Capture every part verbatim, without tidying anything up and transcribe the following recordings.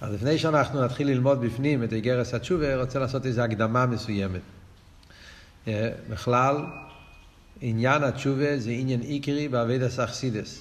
אז לפני שאנחנו נתחיל ללמוד בפנים את איגרס התשובה, רוצה לעשות איזו הקדמה מסוימת. בכלל, עניין התשובה זה עניין עיקרי בעבודת החסידות.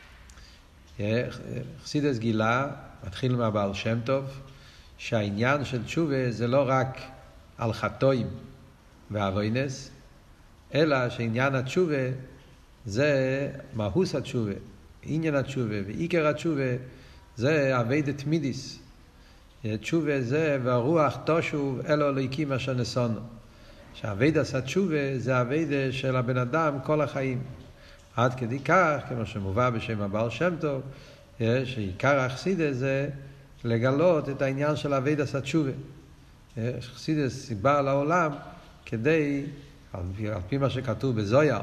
חסידות גילה, מתחיל מהבעל שם טוב, שהעניין של תשובה זה לא רק על חטאים ועוונס, אלא שעניין התשובה זה מהות התשובה, עניין התשובה ועיקר התשובה זה עבודת תמידיס. תשובה זה והרוח תושוב אלו אלוהיקים אשר נסונו. שעבודת התשובה זה עבודה של הבן אדם כל החיים. עד כדי כך, כמו שמובא בשם הבעל שם טוב, שעיקר החסידות זה לגלות את העניין של עבודת התשובה. חסידות סיבה לעולם כדי, על פי, על פי מה שכתוב בזויר,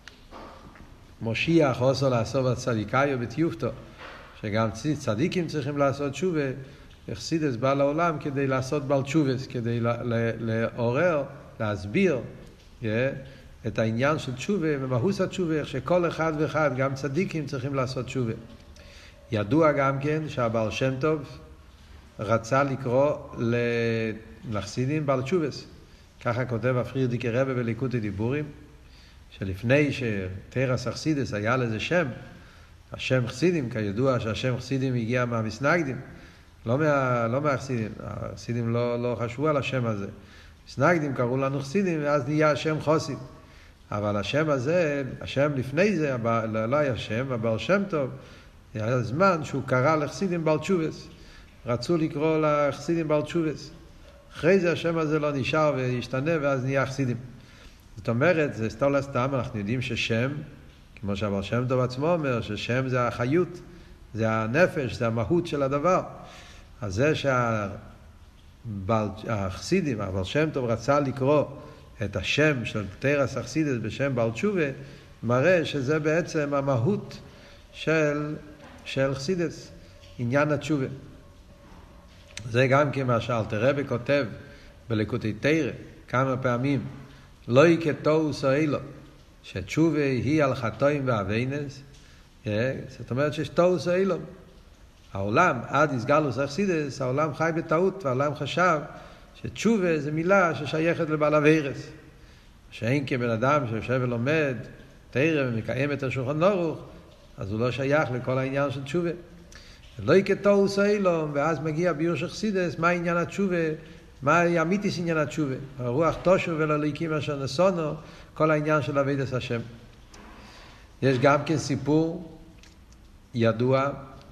מושיח עושו לעשות בצדיקאיו בתיופתו, שגם צדיקים צריכים לעשות תשובה. חסידות בא לעולם כדי לעשות בעל תשובס, כדי לעורר, להסביר yeah, את העניין של תשובה ומהות התשובה, איך שכל אחד ואחד, גם צדיקים, צריכים לעשות תשובה. ידוע גם כן שהבעל שם טוב רצה לקרוא לחסידים בעל תשובס. ככה כותב הפרידיקי רבי בליקוטי דיבורים, שלפני שתרס החסידס היה לזה שם, השם חסידים, כידוע שהשם חסידים הגיע מהמסנגדים, לא, מה, לא מהחסידים, החסידים לא, לא חשבו על השם הזה. מסנגדים קראו לנו חסידים, ואז נהיה השם חוסיד. אבל השם הזה, השם לפני זה, לא היה שם, הבעל שם טוב, היה זמן שהוא קרא לחסידים בעל תשובס. רצו לקרוא לחסידים בעל תשובס. אחרי זה השם הזה לא נשאר והשתנה, ואז נהיה חסידים. זאת אומרת, זה סתם לסתם, אנחנו יודעים ששם, כמו שהבעל שם טוב עצמו אומר, ששם זה החיות, זה הנפש, זה המהות של הדבר. אז זה שהחסידים, הבעל שם טוב רצה לקרוא את השם של תרס החסידות בשם בעל תשובה, מראה שזה בעצם המהות של, של חסידות, עניין התשובה. זה גם כמה שאלתר רבי כותב בליקוטי תורה כמה פעמים, לא יקטעו סוהילו, שתשובה היא על חטאים ועוונס, זאת אומרת שיש תוהו סוהילו. העולם, עד הסגלוס החסידס, העולם חי בטעות, והעולם חשב שתשובה זה מילה ששייכת לבעל עבירס. שאין כבן אדם שיושב ולומד תורה ומקיים את השולחן ערוך, אז הוא לא שייך לכל העניין של תשובה. לא יקטעו סוהילו, ואז מגיע ביור של חסידס, מה עניין התשובה, מה אמיתיס עניין התשובה. הרוח תושוב אלוהיקים אשר נסונו, כל העניין של עבודת השם. יש גם כן סיפור ידוע,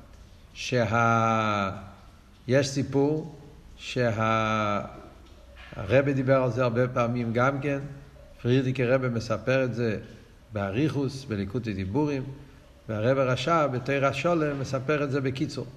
שה... יש סיפור שהרבא דיבר על זה הרבה פעמים גם כן, פרידיקי רבא מספר את זה באריכוס, בליקוטי דיבורים, והרבא רש"ב בתורה שולם מספר את זה בקיצור.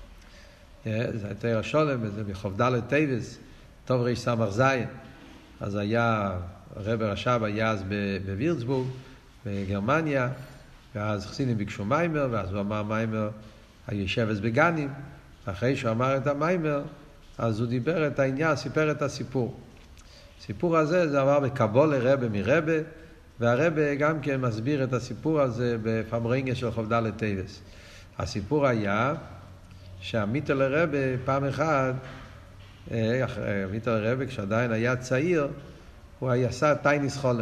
זה תורה שולם, זה בחוב ד' טייבס, טוב ריש סמך זין. אז היה, הרבא רש"ב היה אז בווירצבורג, בגרמניה, ואז חסידים ביקשו מיימר, ואז הוא אמר מיימר, הישבס בגנים. אחרי שהוא אמר את המיימר, אז הוא דיבר את העניין, סיפר את הסיפור. הסיפור הזה זה עבר בקבולה רבא מרבא, והרבא גם כן מסביר את הסיפור הזה בפמרינגה של חוב ד' טייבס. הסיפור היה שהמיטל רבא פעם אחת, מיטל רבא כשעדיין היה צעיר, הוא היה עשה טייניס חולם.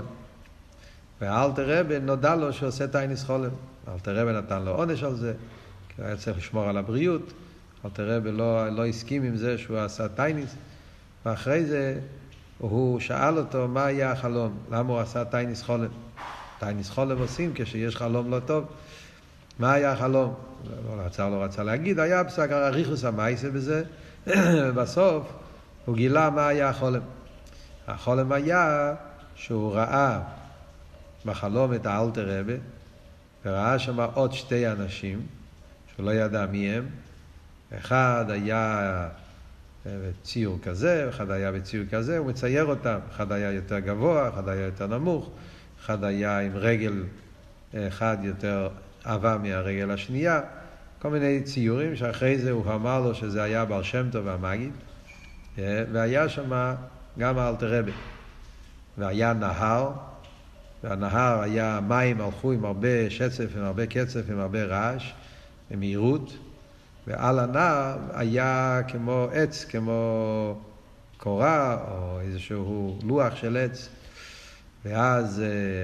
והאלטר רבא נודע לו שעושה טייניס חולם. האלטר רבא נתן לו עונש על זה, כי הוא היה צריך לשמור על הבריאות. האלטר רבא לא, לא הסכים עם זה שהוא עשה טייניס. ואחרי זה הוא שאל אותו מה היה החלום, למה הוא עשה טייניס חולם. טייניס חולם עושים כשיש חלום לא טוב. מה היה החלום? לא רצה, לא רצה להגיד, היה פסק הריחוס המייסה בזה, ובסוף הוא גילה מה היה החולם. החולם היה שהוא ראה בחלום את האלטר רבא, וראה שם עוד שתי אנשים, שהוא לא ידע מי הם. אחד היה בציור כזה, אחד היה בציור כזה, הוא מצייר אותם. אחד היה יותר גבוה, אחד היה יותר נמוך, אחד היה עם רגל אחד יותר עבה מהרגל השנייה. כל מיני ציורים שאחרי זה הוא אמר לו שזה היה בעל שם טוב והמגיד. והיה שם גם האלטר רבא. והיה נהר, והנהר היה מים הלכו עם הרבה שצף, עם הרבה קצף, עם הרבה רעש, במהירות, ועל הנהר היה כמו עץ, כמו קורה, או איזשהו לוח של עץ. ואז,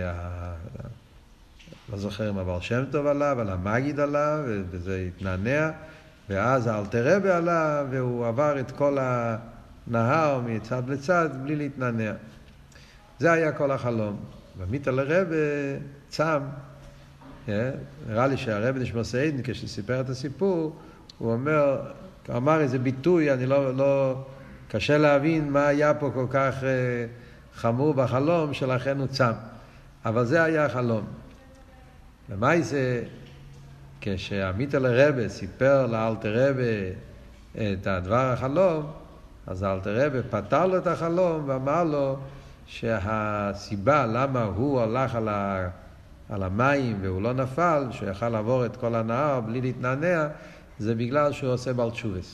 לא זוכר אם הבעל שם טוב עליו, אבל המגיד עליו, וזה התנענע, ואז האלטר רבי עליו, והוא עבר את כל הנהר מצד לצד, בלי להתנענע. זה היה כל החלום. במיטה לרבי צם, נראה לי שהרבי נשמע סעידן, כשסיפר את הסיפור, הוא אומר, הוא אמר איזה ביטוי, אני לא, לא, קשה להבין מה היה פה כל כך חמור בחלום, שלכן הוא צם. אבל זה היה החלום. ומה זה, כשהמיטה לרבי סיפר לאלטר רבי את הדבר החלום, אז האלטר רבי פתר לו את החלום ואמר לו שהסיבה למה הוא הלך על, ה, על המים והוא לא נפל, שהוא יכל לעבור את כל הנהר בלי להתנענע, זה בגלל שהוא עושה בעל תשובס.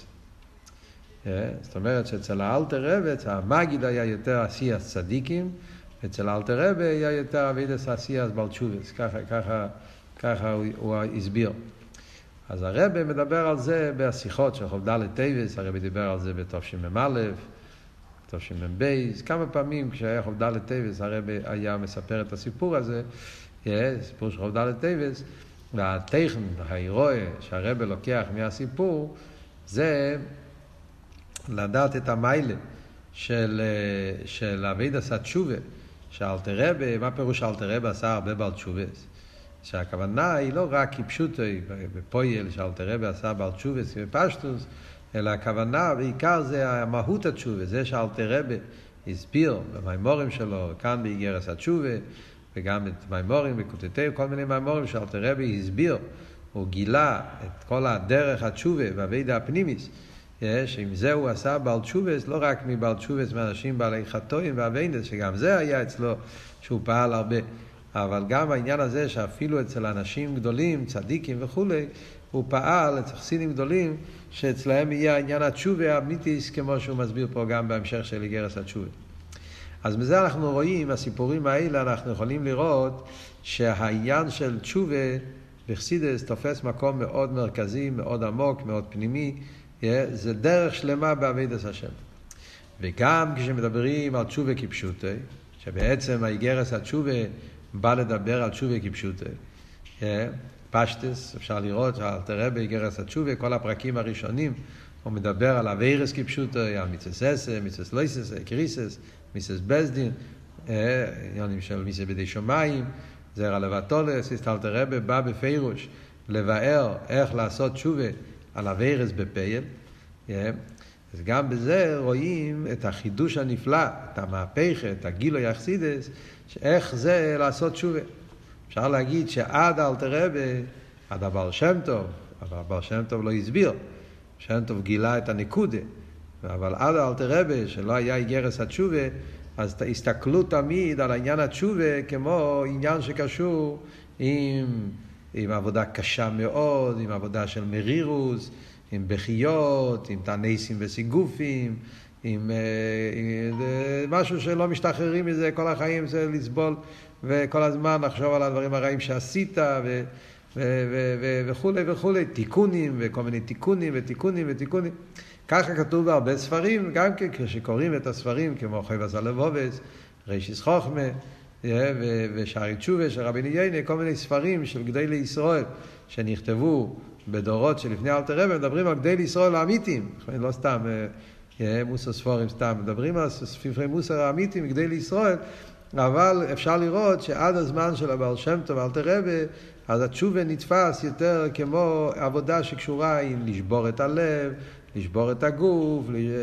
זאת אומרת שאצל האלטר רבי, המגיד היה יותר עשייס צדיקים, אצל האלטר רבי היה יותר עבודת עשייס בעל תשובס. ככה, ככה, ככה הוא, הוא הסביר. אז הרבי מדבר על זה בשיחות של חוב ד' טייבס, הרבי דיבר על זה בתשמ"א, תשמ"ב, כמה פעמים כשהיה חוב ד' טייבס, הרבי היה מספר את הסיפור הזה, סיפור של חוב ד' טייבס, והטכן, ההירואי שהרבי לוקח מהסיפור, זה לדעת את המיילה של, של עבודת התשובה, שאלטר רבי, מה פירוש אלטר רבי עשה הרבה בעל תשובס? שהכוונה היא לא רק כפשוטו בפועל שאלטר רבי עשה בעל תשובס בפשטוס, אלא הכוונה בעיקר זה המהות התשובה, זה שאלטר רבי הסביר במיימורים שלו, כאן באיגרס התשובה, וגם את מיימורים וכותתיו, כל מיני מיימורים שאלטר רבי הסביר, הוא גילה את כל הדרך התשובה והעבודה הפנימית, שעם זה הוא עשה בעל תשובס, לא רק מבעל תשובס מאנשים בעלי חטאים והעבודה, שגם זה היה אצלו שהוא פעל הרבה, אבל גם העניין הזה שאפילו אצל אנשים גדולים, צדיקים וכו', הוא פעל אצל חסידים גדולים, שאצלהם יהיה העניין התשובה האמיתיס, כמו שהוא מסביר פה גם בהמשך של איגרס התשובה. אז מזה אנחנו רואים, הסיפורים האלה, אנחנו יכולים לראות שהעניין של תשובה בחסידות תופס מקום מאוד מרכזי, מאוד עמוק, מאוד פנימי, זה דרך שלמה בעבודת השם. וגם כשמדברים על תשובה כפשוטו, שבעצם האיגרס התשובה בא לדבר על תשובה כפשוטו, פשטס, אפשר לראות שאלטר רבי איגרס התשובה, כל הפרקים הראשונים, הוא מדבר על אביירס כפשוטו, על מיצס אסה, מיצס לויסס, קריסס, מיצס בזדין, עניינים של מיצס בדי שמיים, זרע לבטולס, אלטר רבי בא בפירוש לבאר איך לעשות תשובה על אביירס בפייל, אז גם בזה רואים את החידוש הנפלא, את המהפכה, את הגילוי החסידס, איך זה לעשות תשובה. אפשר להגיד שעד אלטר רבי, עד הבעל שם טוב, אבל הבעל שם טוב לא הסביר, שם טוב גילה את הנקודה, אבל עד אלטר רבי, שלא היה איגרס התשובה, אז הסתכלו תמיד על העניין התשובה כמו עניין שקשור עם, עם עבודה קשה מאוד, עם עבודה של מרירוס, עם בחיות, עם תעניסים וסיגופים, עם, עם משהו שלא משתחררים מזה, כל החיים זה לסבול, וכל הזמן לחשוב על הדברים הרעים שעשית, ו, ו, ו, ו, וכו' וכו', תיקונים, וכל מיני תיקונים ותיקונים ותיקונים. ככה כתוב בהרבה ספרים, גם כן כשקוראים את הספרים, כמו חייבס הלבובס, רישיס חוכמה, ושערי תשובה של רבי ניינה, כל מיני ספרים של גדולי ישראל, שנכתבו בדורות שלפני אלטר רבי, מדברים על גדולי ישראל האמיתיים, לא סתם מוסר ספורים סתם, מדברים על ספרי מוסר האמיתיים, גדולי ישראל, אבל אפשר לראות שעד הזמן של הבעל שם טוב אלטר רבי, אז התשובה נתפס יותר כמו עבודה שקשורה עם לשבור את הלב, לשבור את הגוף,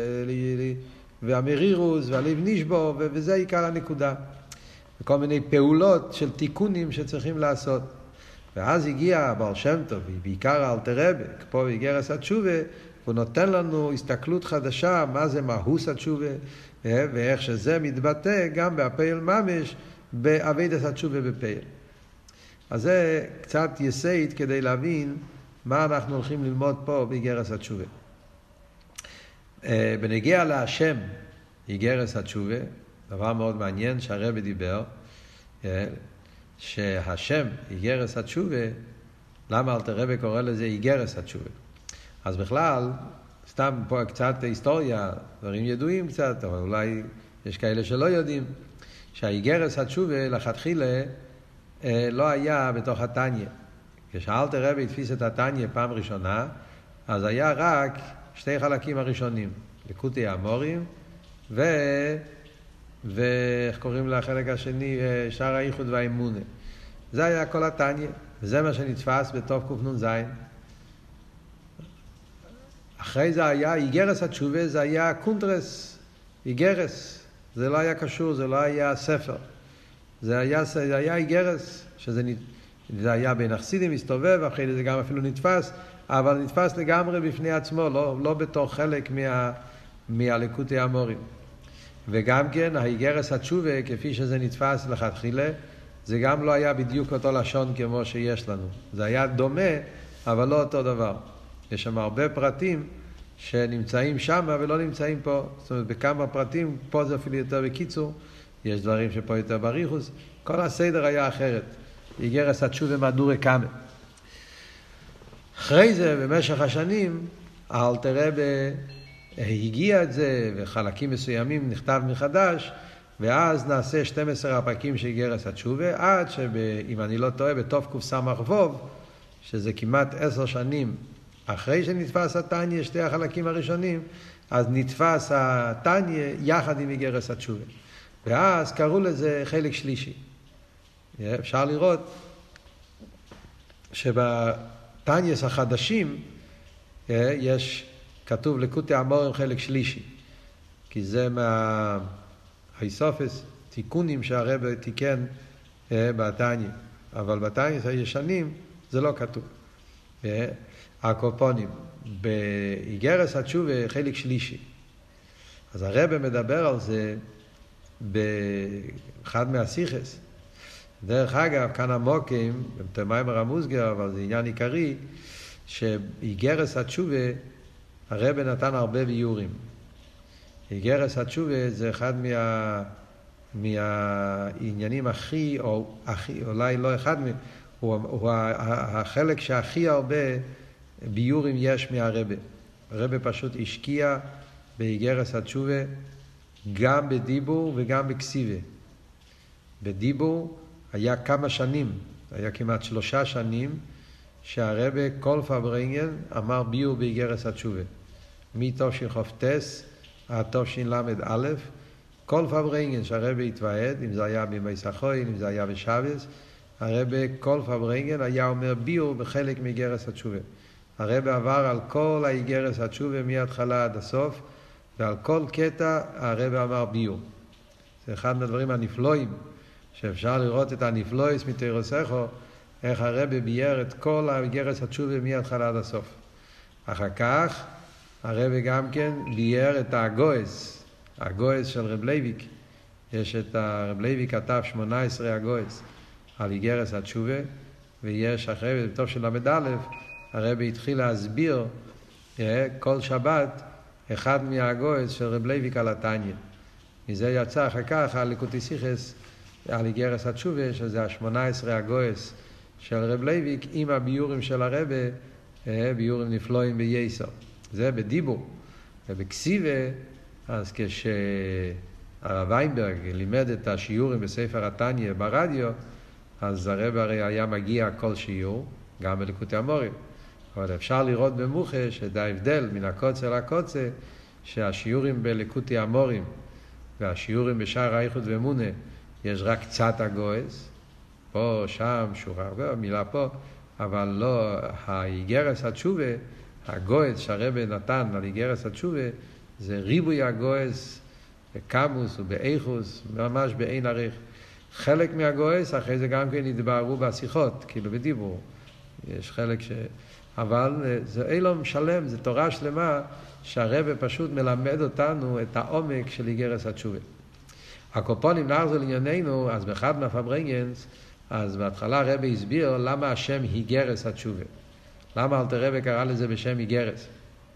והמרירוס, והלב נשבור, וזה עיקר הנקודה. וכל מיני פעולות של תיקונים שצריכים לעשות. ואז הגיע הבעל שם טוב, בעיקר אלטר רבי, פה באיגרס התשובה, הוא נותן לנו הסתכלות חדשה, מה זה מהות התשובה, ואיך שזה מתבטא גם בהפעיל ממש, בעבודת התשובה בפעיל. אז זה קצת יסייד כדי להבין מה אנחנו הולכים ללמוד פה באיגרס התשובה. בנגיע להשם, איגרס התשובה, דבר מאוד מעניין שהרבי דיבר, שהשם, איגרס התשובה, למה אלטר רבי קורא לזה איגרס התשובה? אז בכלל, סתם פה קצת היסטוריה, דברים ידועים קצת, אבל אולי יש כאלה שלא יודעים, שהאיגרס התשובה לכתחילה לא היה בתוך התניא. כשאלתר רבי התפיס את התניא פעם ראשונה, אז היה רק שתי חלקים הראשונים, לקוטי האמורים, ו... ואיך קוראים לחלק השני, שער האיחוד והאמונה. זה היה כל התניא, וזה מה שנתפס בתוף קנ"ז. אחרי זה היה, איגרס התשובה, זה היה קונטרס, איגרס. זה לא היה קשור, זה לא היה ספר. זה היה, זה היה איגרס, שזה זה היה בין החסידים, מסתובב, אחרי זה גם אפילו נתפס, אבל נתפס לגמרי בפני עצמו, לא, לא בתור חלק מה, מהליקוטי האמורים. וגם כן, האיגרס התשובה, כפי שזה נתפס לכתחילה, זה גם לא היה בדיוק אותו לשון כמו שיש לנו. זה היה דומה, אבל לא אותו דבר. יש שם הרבה פרטים שנמצאים שם ולא נמצאים פה. זאת אומרת, בכמה פרטים, פה זה אפילו יותר בקיצור, יש דברים שפה יותר בריחוס. כל הסדר היה אחרת. איגרס התשובה מהדורי קאמה. אחרי זה, במשך השנים, האלטר רבי הגיע את זה, וחלקים מסוימים נכתב מחדש, ואז נעשה שנים עשר הפרקים של איגרס התשובה, עד שאם אני לא טועה, בתוף קס"ו, שזה כמעט עשר שנים אחרי שנתפס התניא, שתי החלקים הראשונים, אז נתפס התניא יחד עם איגרס התשובה. ואז קראו לזה חלק שלישי. אפשר לראות שבתניאס החדשים יש כתוב לקוטי האמורים חלק שלישי, כי זה מהאיסופס, תיקונים שהרב תיקן בתניא, אבל בתניאס הישנים זה לא כתוב. הקופונים באיגרס התשובה חלק שלישי. אז הרב מדבר על זה באחד מהשיחס. דרך אגב, כאן המוקים, במיימר המוסגר, אבל זה עניין עיקרי, שאיגרס התשובה, הרב נתן הרבה ביורים. איגרס התשובה זה אחד מה, מהעניינים הכי, או הכי, אולי לא אחד, הוא, הוא החלק שהכי הרבה ביורים יש מהרב. הרב פשוט השקיע באיגרס התשובה, גם בדיבור וגם בכסיבה. בדיבור היה כמה שנים, היה כמעט שלושה שנים, שהרבא כל פברנגן אמר ביור באיגרס התשובה. מתשכ"ט עד תשל"א, כל פברנגן שהרבא התוועד, אם זה היה בימי סחוין, אם זה היה בשבס, הרבא כל פברנגן היה אומר ביור בחלק מאיגרס התשובה. הרבא עבר על כל האיגרס התשובה מההתחלה עד הסוף, ועל כל קטע הרבא אמר ביור. זה אחד מהדברים הנפלאים, שאפשר לראות את הנפלויס מתירוסכו, איך הרבי בייר את כל האיגרס התשובה מההתחלה עד הסוף. אחר כך הרבי גם כן בייר את הגויס, הגויס של רב לייביק. יש את הרב לייביק כתב שמונה עשרה הגויס על איגרס התשובה, ויש אחרי בטוב של למד א', הרבי התחיל להסביר כל שבת אחד מהגויס של רב לייביק על התניא. מזה יצא אחר כך על ליקוטי שיחס על איגרס התשובה, שזה ה-שמונה עשרה הגויס של רב לייביק עם הביורים של הרבה, ביורים נפלואים בייסר. זה בדיבור. ובכסיבה, אז כשהרב ויינברג לימד את השיעורים בספר התניא ברדיו, אז הרב הרי היה מגיע כל שיעור, גם בליקוטי האמורים. אבל אפשר לראות במוחש את ההבדל מן הקוצר לקוצר, שהשיעורים בליקוטי האמורים והשיעורים בשער האיחוד ואמונה, יש רק קצת הגויס, פה, שם, שורה, מילה פה, אבל לא, האיגרס התשובה, הגויס שהרבא נתן על איגרס התשובה, זה ריבוי הגויס בקמוס ובאיכוס, ממש באין ערך. חלק מהגויס, אחרי זה גם כן יתבהרו בשיחות, כאילו בדיבור. יש חלק ש... אבל זה אילום שלם, זה תורה שלמה, שהרבא פשוט מלמד אותנו את העומק של איגרס התשובה. הקופונים נחזור לענייננו, אז באחד מהפברנגנס, אז בהתחלה הרבי הסביר למה השם איגרס התשובה. למה אלתר רבי קרא לזה בשם איגרס?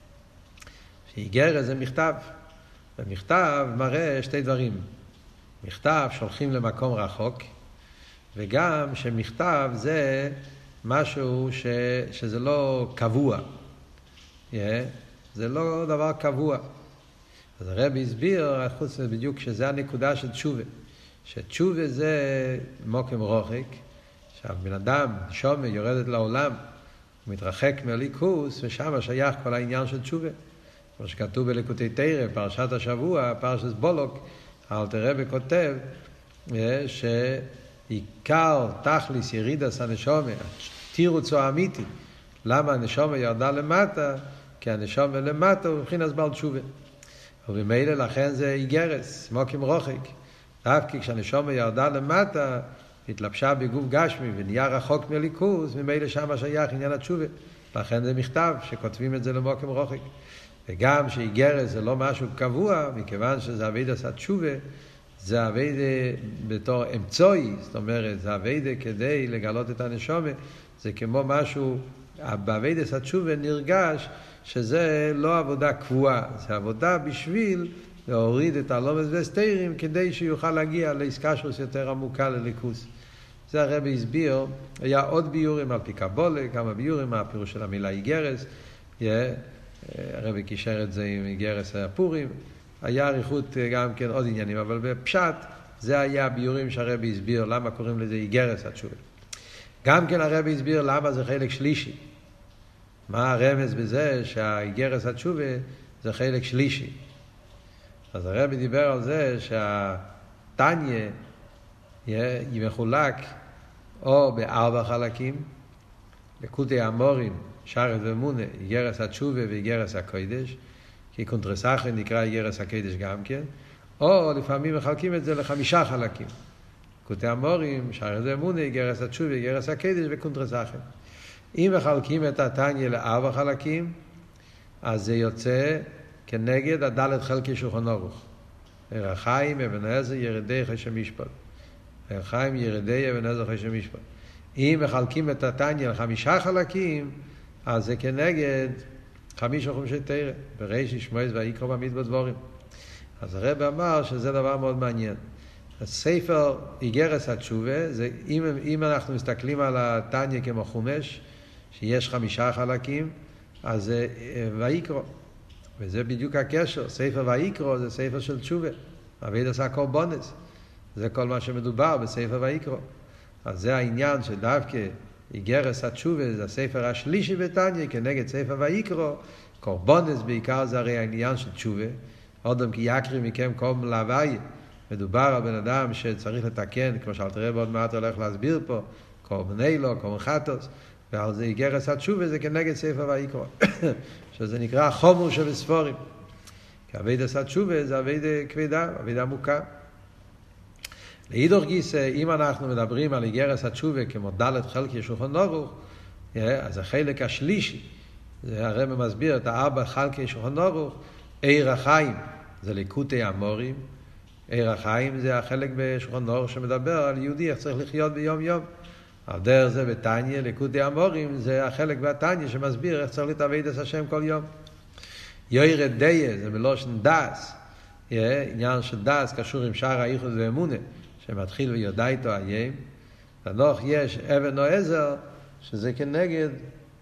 איגרס זה מכתב. ומכתב מראה שתי דברים. מכתב שולחים למקום רחוק, וגם שמכתב זה משהו ש... שזה לא קבוע. זה לא דבר קבוע. אז הרבי הסביר, חוץ בדיוק שזה הנקודה של תשובה. שתשובה זה מוקם רוחק, שהבן אדם, נשמה, יורדת לעולם, הוא מתרחק מהליכוס, ושם שייך כל העניין של תשובה. כמו שכתוב בליקוטי תורה, פרשת השבוע, פרשת בולוק, אלתר רבי כותב, שעיקר תכליס ירידס הנשמה, תירוץ האמיתי, למה הנשמה ירדה למטה? כי הנשמה למטה הוא מבחינת בעל תשובה. ובמילא לכן זה איגרס, מוקים רוחק. דווקא כשהנשמה ירדה למטה, התלבשה בגוף גשמי ונהיה רחוק מהליכוז, ממילא שם שייך עניין התשובה. לכן זה מכתב שכותבים את זה למוקים רוחק. וגם שאיגרס זה לא משהו קבוע, מכיוון שזה עבודת התשובה, זה עבודה בתור אמצעי, זאת אומרת, זה עבודה כדי לגלות את הנשמה, זה כמו משהו, בעבודת התשובה נרגש שזה לא עבודה קבועה, זה עבודה בשביל להוריד את הלומד והסתירים, כדי שיוכל להגיע להיסקשרוס יותר עמוקה לליכוס. זה הרבי הסביר, היה עוד ביורים על פי קבולה, כמה ביורים מהפירוש של המילה איגרס, הרבי קישר את זה עם איגרס הפורים, היה עריכות גם כן עוד עניינים, אבל בפשט זה היה ביורים שהרבי הסביר למה קוראים לזה איגרס התשובה. גם כן הרבי הסביר למה זה חלק שלישי. מה הרמז בזה שהאיגרס התשובה זה חלק שלישי. אז הרבי דיבר על זה שהתניה יהיה מחולק או בארבע חלקים, לקוטי המורים, שרת ומונה, איגרס התשובה ואיגרס הקודש, כי קונטרסחן נקרא איגרס הקודש גם כן, או לפעמים מחלקים את זה לחמישה חלקים. קוטי המורים, שרת ומונה, איגרס התשובה, איגרס הקודש וקונטרסחן. אם מחלקים את התניה לארבע חלקים, אז זה יוצא כנגד הדלת חלקי שולחן ערוך. רחיים, אבן עזר, ירדי חשם משפט. רחיים, ירדי, אבן עזר, חשם משפט. אם מחלקים את התניה לחמישה חלקים, אז זה כנגד חמישה חומשי תורה. בריש ישמעאל ויקרא במדבר דבורים. אז הרב אמר שזה דבר מאוד מעניין. הספר איגרס התשובה, זה אם, אם אנחנו מסתכלים על התניה כמו חומש, שיש חמישה חלקים, אז זה ויקרא. וזה בדיוק הקשר. ספר ויקרא זה ספר של תשובה. עבודת הקורבנות. זה כל מה שמדובר בספר ויקרא. אז זה העניין שדווקא איגרס התשובה זה הספר השלישי בתניה כנגד ספר ויקרא. קורבנות בעיקר זה הרי העניין של תשובה. אדם כי יקריא מכם כל מלאוויה. מדובר על בן אדם שצריך לתקן, כמו שאלתר רבי עוד מעט הולך להסביר פה, קורבני לו, קורבן חטוס, ועל זה איגרס התשובה זה כנגד ספר ויקרא. שזה נקרא חומר של ספורים. כי עבודת התשובה זה עבודה כבדה, עבודה עמוקה. לאידך גיסא, אם אנחנו מדברים על איגרס התשובה כמו דלת חלקי שולחן ערוך, אז החלק השלישי, זה הרב מסביר את הארבע חלקי שולחן ערוך, עיר החיים, זה ליקוטי המורים, עיר החיים זה החלק בשולחן ערוך שמדבר על יהודי איך צריך לחיות ביום יום. על דרך זה בתניה, ליקוטי המורים, זה החלק בתניה שמסביר איך צריך להתעבד את השם כל יום. יוירד דיה, זה מלושן דס, עניין של דס קשור עם שער האיחוד ואמונה, שמתחיל ויודע איתו היום. לנוח יש אבן או עזר, שזה כנגד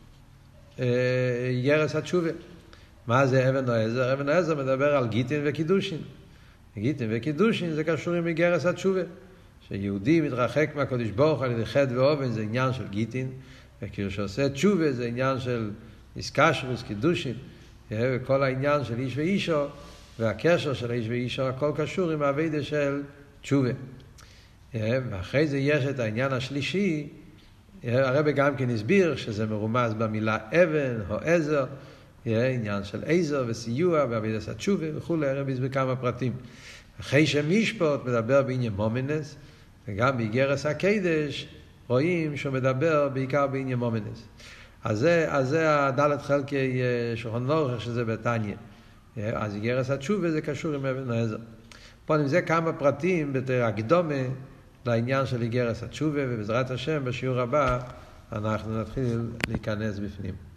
איגרס התשובה. מה זה אבן או עזר? אבן או עזר מדבר על גיטין וקידושין. גיטין וקידושין זה קשור עם איגרס התשובה. שיהודי מתרחק מהקדוש ברוך על ידי חטא ואובן זה עניין של גיטין, וכשעושה תשובה זה עניין של איסקשרוס, קידושין, וכל העניין של איש ואישו, והקשר של איש ואישו, הכל קשור עם העבודה של תשובה. ואחרי זה יש את העניין השלישי, הרב גם כן הסביר שזה מרומז במילה אבן או עזר, עניין של עזר וסיוע ועבודת התשובה וכו'. הרב הסביר כמה פרטים. אחרי שמשפט מדבר בעניין מומנס, וגם באיגרס הקודש רואים שהוא מדבר בעיקר בעניין מומנס. אז זה, אז זה הדלת חלקי שולחן ערוך שזה בתניה. אז איגרס התשובה זה קשור עם אבן העזר. פה עם זה כמה פרטים בתור הקדומה לעניין של איגרס התשובה, ובעזרת השם בשיעור הבא אנחנו נתחיל להיכנס בפנים.